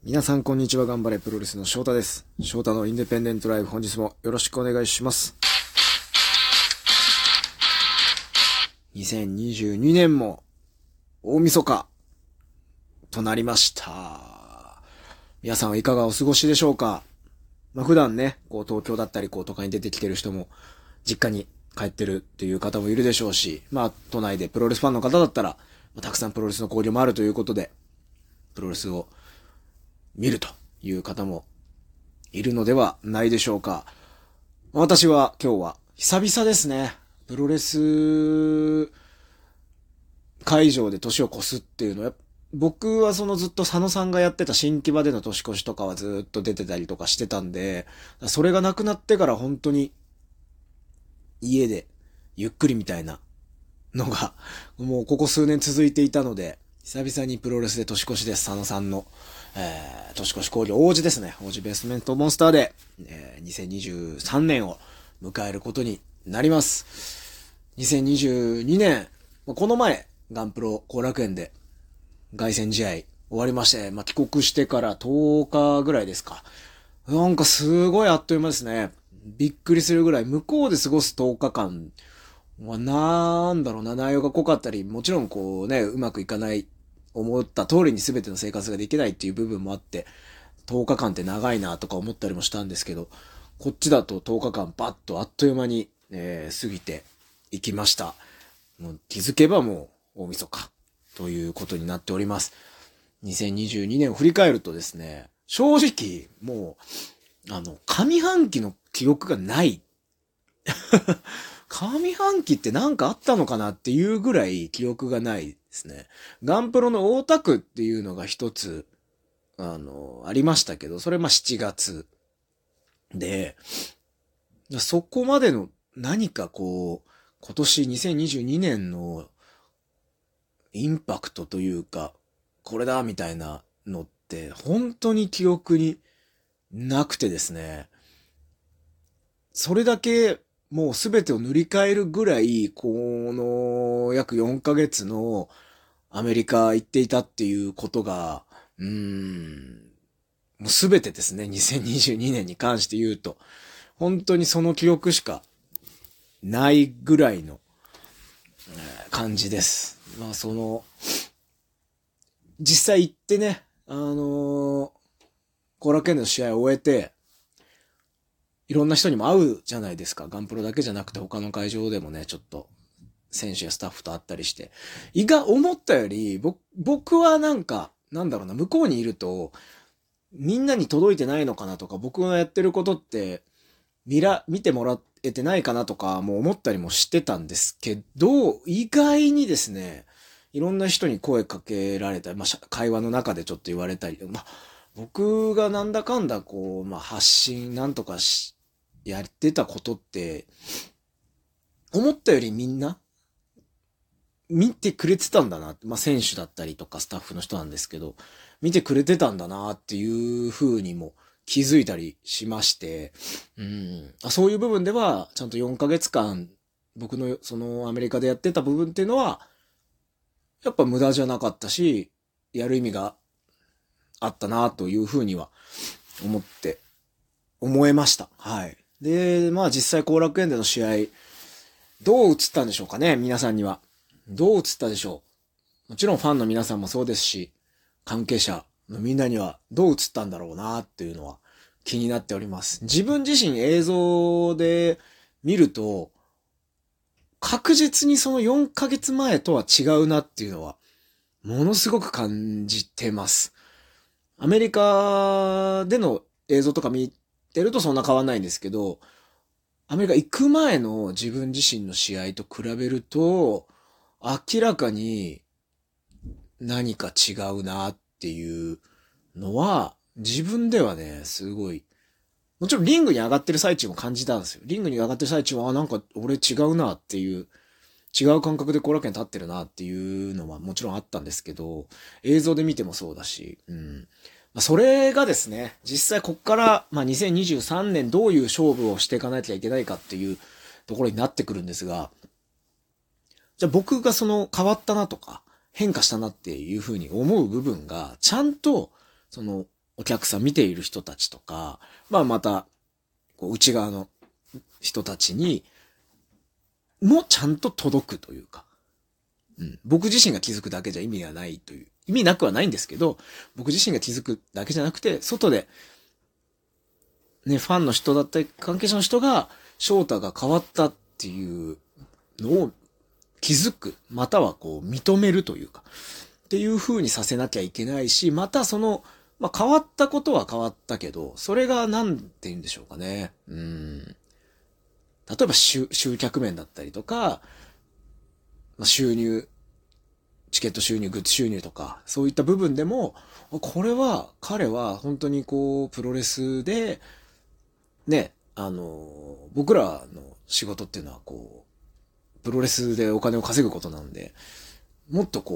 皆さんこんにちは。頑張れプロレスの翔太です。翔太のインディペンデントライブ、本日もよろしくお願いします。2022年も大晦日となりました。皆さんはいかがお過ごしでしょうか。普段ね、東京だったり都会に出てきてる人も実家に帰ってるっていう方もいるでしょうし、都内でプロレスファンの方だったら、たくさんプロレスの交流もあるということで、プロレスを見るという方もいるのではないでしょうか。私は今日は久々ですね。プロレス会場で年を越すっていうのは、僕はずっと佐野さんがやってた新木場での年越しとかはずっと出てたりとかしてたんで、それがなくなってから本当に家でゆっくりみたいなのがもうここ数年続いていたので、久々にプロレスで年越しです。佐野さんの、年越し興行王子ですね。王子ベースメントモンスターで、2023年を迎えることになります。2022年、この前、ガンプロ後楽園で凱旋試合終わりまして、帰国してから10日ぐらいですか。なんかすごいあっという間ですね。びっくりするぐらい、向こうで過ごす10日間、内容が濃かったり、もちろんうまくいかない、思った通りに全ての生活ができないっていう部分もあって、10日間って長いなとか思ったりもしたんですけど、こっちだと10日間バッとあっという間に、過ぎていきました。もう気づけばもう大晦日ということになっております。2022年を振り返るとですね、正直もう、上半期の記憶がない。上半期ってなんかあったのかなっていうぐらい記憶がないですね。ガンプロの大田区っていうのが一つ、ありましたけど、それ7月で、そこまでの何か今年2022年のインパクトというか、これだみたいなのって本当に記憶になくてですね、それだけもうすべてを塗り替えるぐらい、この約4ヶ月のアメリカ行っていたっていうことが、もうすべてですね、2022年に関して言うと、本当にその記憶しかないぐらいの感じです。実際行ってね、後楽園の試合を終えて、いろんな人にも会うじゃないですか。ガンプロだけじゃなくて他の会場でもね、ちょっと選手やスタッフと会ったりして。思ったより、僕は向こうにいると、みんなに届いてないのかなとか、僕がやってることって、見てもらえてないかなとか、もう思ったりもしてたんですけど、意外にですね、いろんな人に声かけられたり、会話の中でちょっと言われたり、僕がなんだかんだ発信なんとかやってたことって、思ったよりみんな、見てくれてたんだな。選手だったりとかスタッフの人なんですけど、見てくれてたんだなっていう風にも気づいたりしまして、そういう部分では、ちゃんと4ヶ月間、僕のそのアメリカでやってた部分っていうのは、やっぱ無駄じゃなかったし、やる意味があったなという風には思えました。はい。で、実際後楽園での試合、どう映ったんでしょうかね、皆さんには。どう映ったでしょう。もちろんファンの皆さんもそうですし、関係者のみんなにはどう映ったんだろうなっていうのは気になっております。自分自身映像で見ると、確実にその4ヶ月前とは違うなっていうのは、ものすごく感じてます。アメリカでの映像とか見てるとそんな変わんないんですけど、アメリカ行く前の自分自身の試合と比べると、明らかに何か違うなっていうのは、自分ではね、すごい、もちろんリングに上がってる最中も感じたんですよ。リングに上がってる最中は、なんか俺違うなっていう、違う感覚で後楽園立ってるなっていうのはもちろんあったんですけど、映像で見てもそうだし、それがですね、実際こっから、2023年どういう勝負をしていかなきゃいけないかっていうところになってくるんですが、じゃあ僕が変わったなとか、変化したなっていうふうに思う部分が、ちゃんと、 お客さん見ている人たちとか、また、内側の人たちに、もちゃんと届くというか、僕自身が気づくだけじゃ意味がないという、意味なくはないんですけど、僕自身が気づくだけじゃなくて、外で、ね、ファンの人だったり、関係者の人が、翔太が変わったっていうのを気づく、または認めるというか、っていう風にさせなきゃいけないし、また変わったことは変わったけど、それがなんて言うんでしょうかね。例えば集客面だったりとか、収入、チケット収入、グッズ収入とか、そういった部分でも、彼は本当にプロレスで、ね、僕らの仕事っていうのはプロレスでお金を稼ぐことなんで、もっと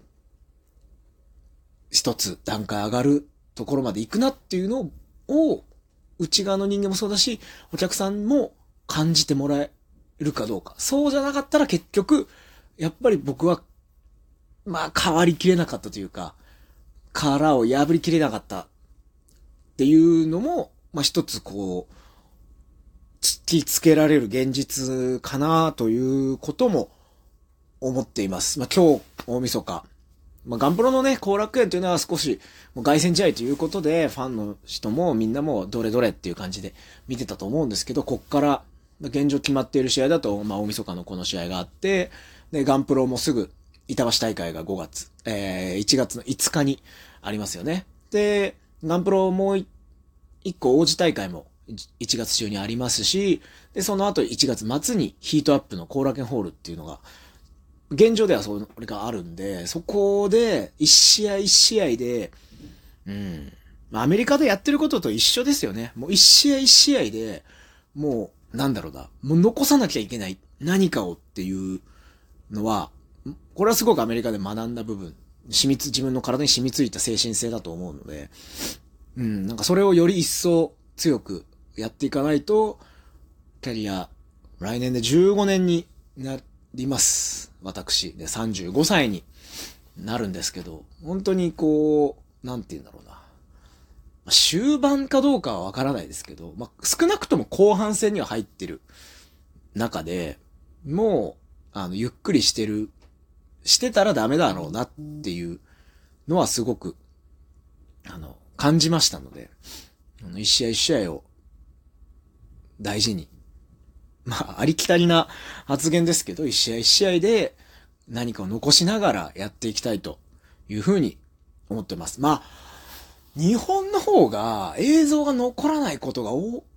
一つ段階上がるところまで行くなっていうのを、内側の人間もそうだし、お客さんも感じてもらえるかどうか。そうじゃなかったら結局、やっぱり僕は、変わりきれなかったというか、殻を破りきれなかったっていうのも、一つ突きつけられる現実かなということも思っています。今日、大晦日。ガンプロのね、後楽園というのは少し、凱旋試合ということで、ファンの人もみんなもどれどれっていう感じで見てたと思うんですけど、こっから、現状決まっている試合だと、大晦日のこの試合があって、で、ガンプロもすぐ、板橋大会が5月、1月の5日にありますよね。で、ガンプロもう一個王子大会も1月中にありますし、で、その後1月末にヒートアップの後楽園ホールっていうのが、現状ではそれがあるんで、そこで、一試合一試合で、アメリカでやってることと一緒ですよね。もう一試合一試合で、もう残さなきゃいけない何かをっていうのは、これはすごくアメリカで学んだ部分、自分の体に染みついた精神性だと思うので、それをより一層強くやっていかないと、キャリア、来年で15年になります。私。で、35歳になるんですけど、本当になんて言うんだろうな。終盤かどうかはわからないですけど、少なくとも後半戦には入ってる中で、もう、ゆっくりしてたらダメだろうなっていうのはすごく、感じましたので、一試合一試合を大事に、ありきたりな発言ですけど、一試合一試合で何かを残しながらやっていきたいというふうに思ってます。日本の方が映像が残らないことが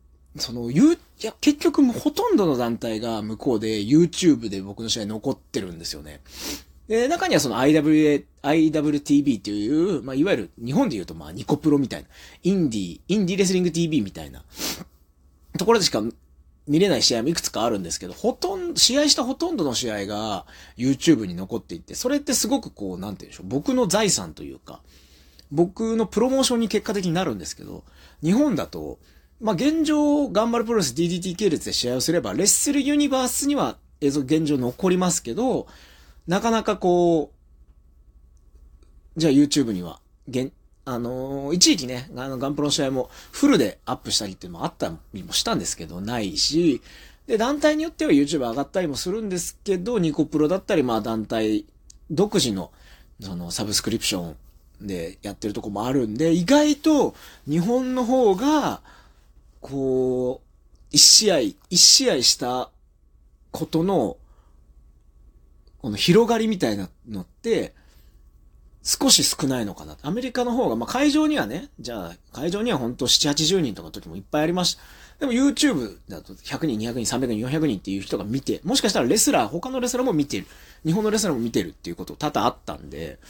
結局もうほとんどの団体が向こうで YouTube で僕の試合残ってるんですよね。で、中にはIWTV っていう、いわゆる日本で言うとニコプロみたいな、インディーレスリング TV みたいなところでしか見れない試合もいくつかあるんですけど、試合したほとんどの試合が YouTube に残っていて、それってすごくなんて言うんでしょう、僕の財産というか、僕のプロモーションに結果的になるんですけど、日本だと、現状、頑張るプロレス DDT 系列で試合をすれば、レッスルユニバースには映像現状残りますけど、なかなかじゃあ YouTube には、一時期ね、ガンプロの試合もフルでアップしたりっていうのもあったりもしたんですけど、ないし、で、団体によっては YouTube 上がったりもするんですけど、ニコプロだったり、団体独自の、サブスクリプションでやってるとこもあるんで、意外と日本の方が、一試合したことの、この広がりみたいなのって、少し少ないのかな。アメリカの方が、会場にはね、会場にはほんと7、80人とかの時もいっぱいありました。でも YouTube だと100人、200人、300人、400人っていう人が見て、もしかしたら他のレスラーも見てる。日本のレスラーも見てるっていうこと多々あったんで、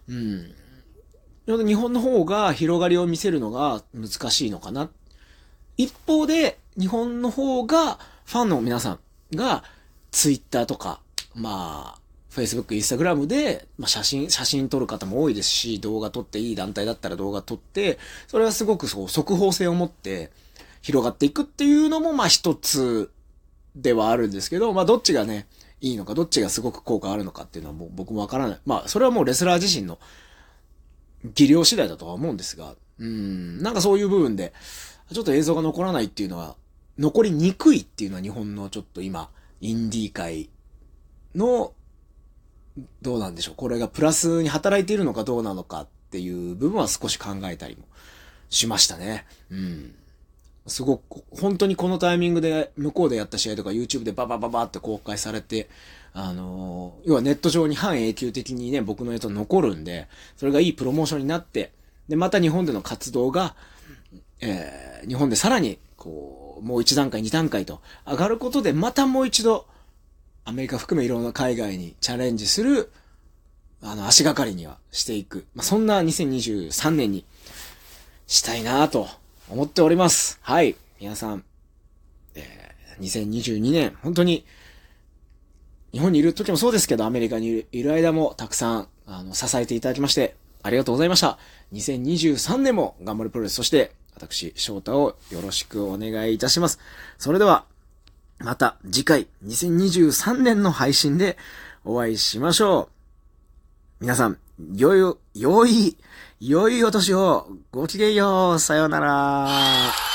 日本の方が広がりを見せるのが難しいのかな。一方で、日本の方が、ファンの皆さんが、Twitter とか、Facebook、Instagram で、写真撮る方も多いですし、動画撮っていい団体だったら動画撮って、それはすごく速報性を持って広がっていくっていうのも、一つではあるんですけど、どっちがね、いいのか、どっちがすごく効果あるのかっていうのは僕もわからない。それはもうレスラー自身の技量次第だとは思うんですが、 なんかそういう部分で、ちょっと映像が残らないっていうのは、残りにくいっていうのは日本のちょっと今、インディー界の、どうなんでしょう。これがプラスに働いているのかどうなのかっていう部分は少し考えたりもしましたね。すごく、本当にこのタイミングで向こうでやった試合とか YouTube でババババって公開されて、要はネット上に半永久的にね、僕の映像残るんで、それがいいプロモーションになって、で、また日本での活動が、日本でさらに、もう一段階、二段階と上がることで、またもう一度、アメリカ含めいろんな海外にチャレンジする、足がかりにはしていく。そんな2023年にしたいなと思っております。はい。皆さん、2022年、本当に、日本にいる時もそうですけど、アメリカにいる間もたくさん、支えていただきまして、ありがとうございました。2023年も頑張るプロレス、そして、私、翔太をよろしくお願いいたします。それでは、また次回、2023年の配信でお会いしましょう。皆さん、良いお年を、ごきげんよう、さようなら。